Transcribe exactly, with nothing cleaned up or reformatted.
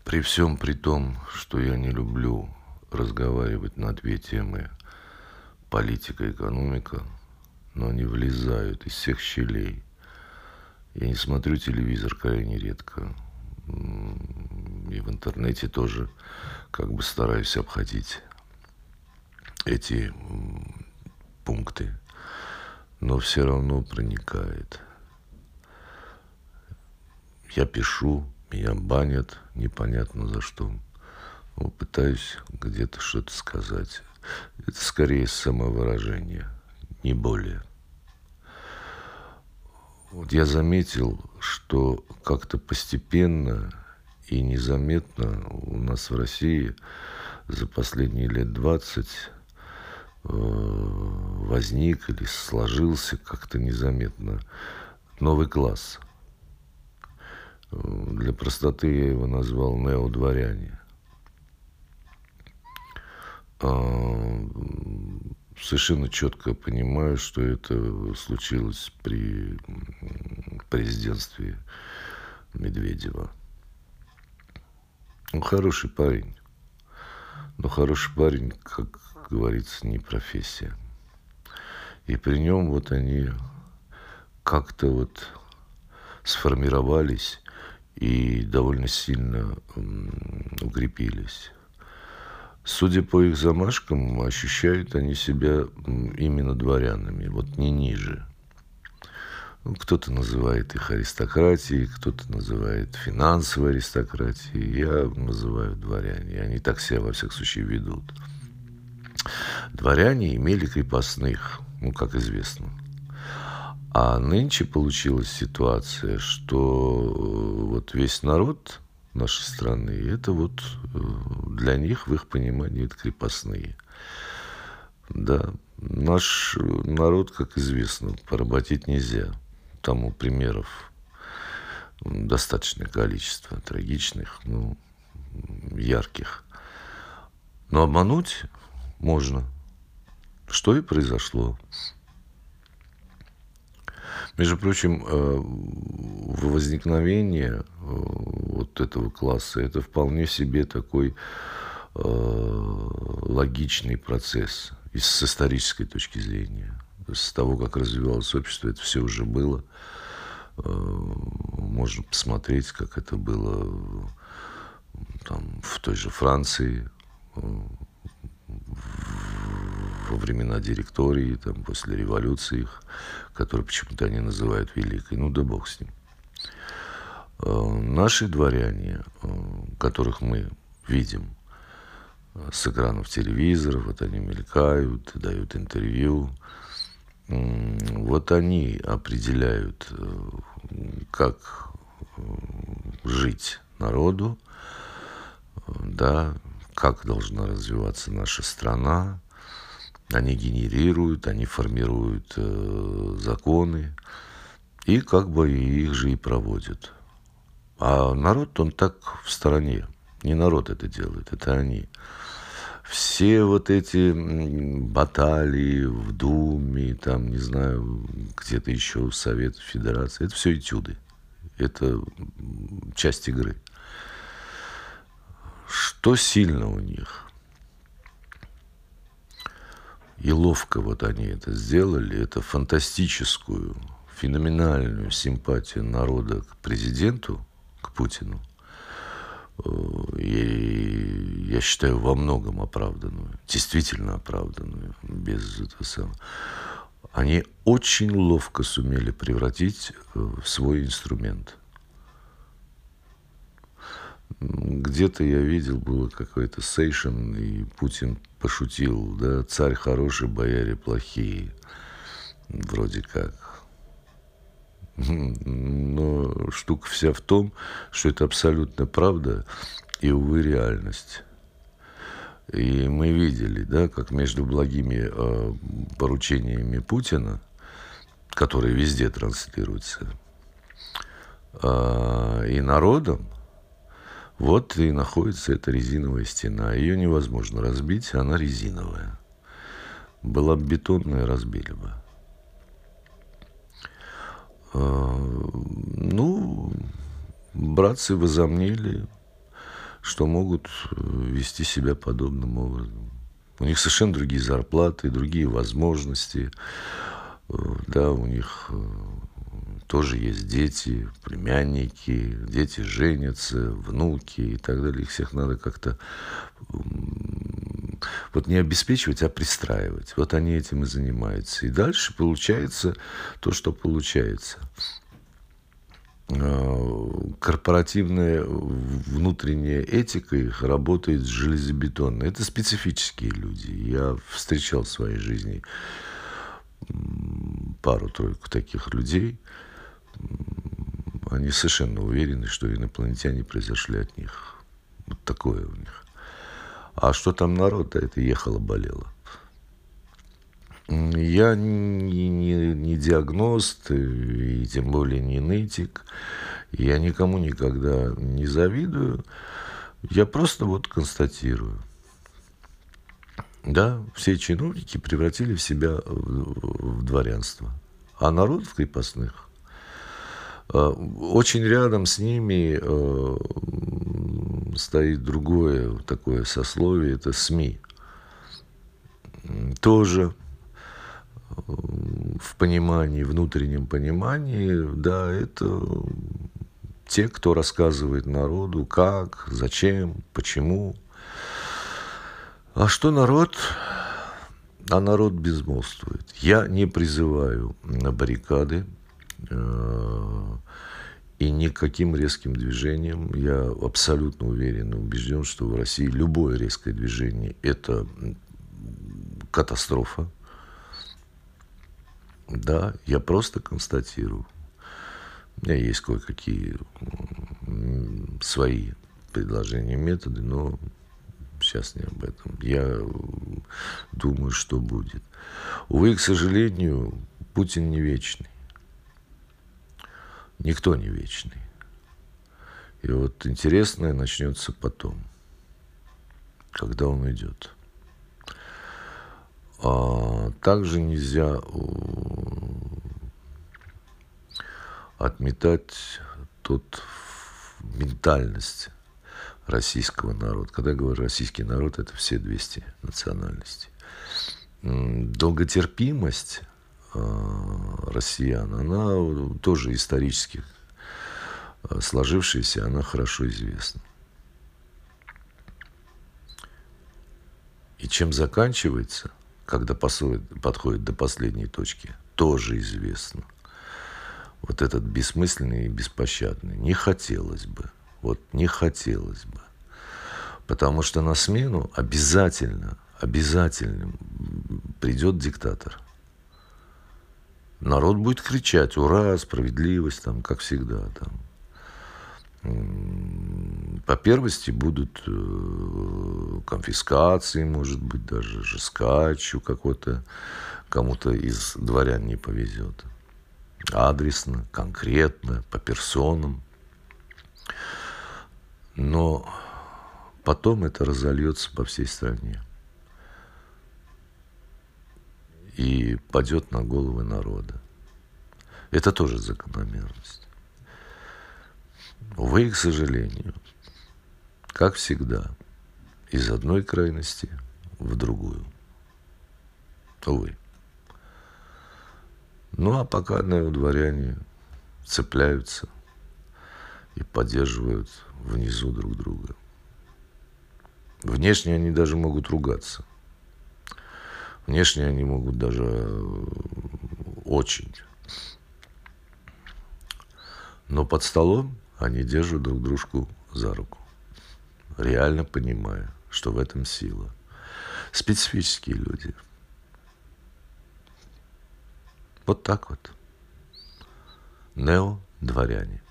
При всем при том, что я не люблю разговаривать на две темы политика и экономика, но они влезают из всех щелей. Я не смотрю телевизор крайне редко. И в интернете тоже как бы стараюсь обходить эти пункты. Но все равно проникает. Я пишу, меня банят, непонятно за что. Но пытаюсь где-то что-то сказать. Это скорее самовыражение, не более. Вот я заметил, что как-то постепенно и незаметно у нас в России за последние лет двадцать возник или сложился как-то незаметно новый класс. Для простоты я его назвал неодворяне. Совершенно четко понимаю, что это случилось при президентстве Медведева. Он хороший парень. Но хороший парень, как говорится, не профессия. И при нем вот они как-то вот сформировались и довольно сильно укрепились. Судя по их замашкам, ощущают они себя именно дворянами, вот не ниже. Ну, кто-то называет их аристократией, кто-то называет финансовой аристократией. Я называю дворяне. И они так себя, во всяком случае, ведут. Дворяне имели крепостных, ну, как известно. А нынче получилась ситуация, что вот весь народ нашей страны, это вот для них, в их понимании, это крепостные. Да, наш народ, как известно, поработить нельзя. Тому примеров достаточное количество, трагичных, ну, ярких. Но обмануть можно, что и произошло. Между прочим, возникновение вот этого класса – это вполне себе такой логичный процесс с исторической точки зрения. С того, как развивалось общество, это все уже было. Можно посмотреть, как это было там, в той же Франции, во времена директории, там, после революции их, которую почему-то они называют великой. Ну да бог с ним. Наши дворяне, которых мы видим с экранов телевизора, вот они мелькают, дают интервью, вот они определяют, как жить народу, да, как должна развиваться наша страна. Они генерируют, они формируют э, законы и как бы их же и проводят. А народ, он так в стороне. Не народ это делает, это они. Все вот эти баталии в Думе, там, не знаю, где-то еще в Совете Федерации, это все этюды. Это часть игры. Что сильно у них? И ловко вот они это сделали, это фантастическую, феноменальную симпатию народа к президенту, к Путину, и я считаю, во многом оправданную, действительно оправданную, без этого самого. Они очень ловко сумели превратить в свой инструмент. Где-то я видел, было какой-то сейшн, и Путин пошутил, да, царь хороший, бояре плохие, вроде как. Но штука вся в том, что это абсолютно правда и, увы, реальность. И мы видели, да, как между благими э, поручениями Путина, которые везде транслируются, э, и народом, вот и находится эта резиновая стена. Ее невозможно разбить, она резиновая. Была бы бетонная, разбили бы. Ну, братцы возомнили, что могут вести себя подобным образом. У них совершенно другие зарплаты, другие возможности. Да, у них тоже есть дети, племянники, дети женятся, внуки и так далее. Их всех надо как-то вот не обеспечивать, а пристраивать. Вот они этим и занимаются. И дальше получается то, что получается. Корпоративная внутренняя этика их работает железобетонно. Это специфические люди. Я встречал в своей жизни пару-тройку таких людей. Они совершенно уверены, что инопланетяне произошли от них. Вот такое у них. А что там народ, да, это ехало-болело. Я не, не, не диагност, и тем более не нытик. Я никому никогда не завидую. Я просто вот констатирую. Да, все чиновники превратили в себя в дворянство, а народ в крепостных. Очень рядом с ними стоит другое такое сословие, это СМИ. Тоже в понимании, внутреннем понимании, да, это те, кто рассказывает народу, как, зачем, почему. А что народ? А народ безмолвствует. Я не призываю на баррикады и никаким резким движением. Я абсолютно уверен и убежден, что в России любое резкое движение – это катастрофа. Да, я просто констатирую. У меня есть кое-какие свои предложения, методы, но сейчас не об этом. Я думаю, что будет. Увы, к сожалению, Путин не вечный. Никто не вечный. И вот интересное начнется потом, когда он уйдет. А также нельзя отметать тот ментальность российского народа. Когда я говорю российский народ, это все двести национальностей. Долготерпимость россиян, она тоже исторически сложившаяся, она хорошо известна. И чем заканчивается, когда подходит до последней точки, тоже известно. Вот этот бессмысленный и беспощадный. Не хотелось бы. Вот не хотелось бы. Потому что на смену обязательно, обязательно придет диктатор. Народ будет кричать: ура, справедливость, там, как всегда. Там. По первости будут конфискации, может быть, даже жескачу какой-то, кому-то из дворян не повезет. Адресно, конкретно, по персонам. Но потом это разольется по всей стране. И падет на головы народа. Это тоже закономерность. Увы, к сожалению, как всегда, из одной крайности в другую. Увы. Ну, а пока дворяне цепляются и поддерживают внизу друг друга. Внешне они даже могут ругаться. Внешне они могут даже очень. Но под столом они держат друг дружку за руку, реально понимая, что в этом сила. Специфические люди. Вот так вот. Нео-дворяне.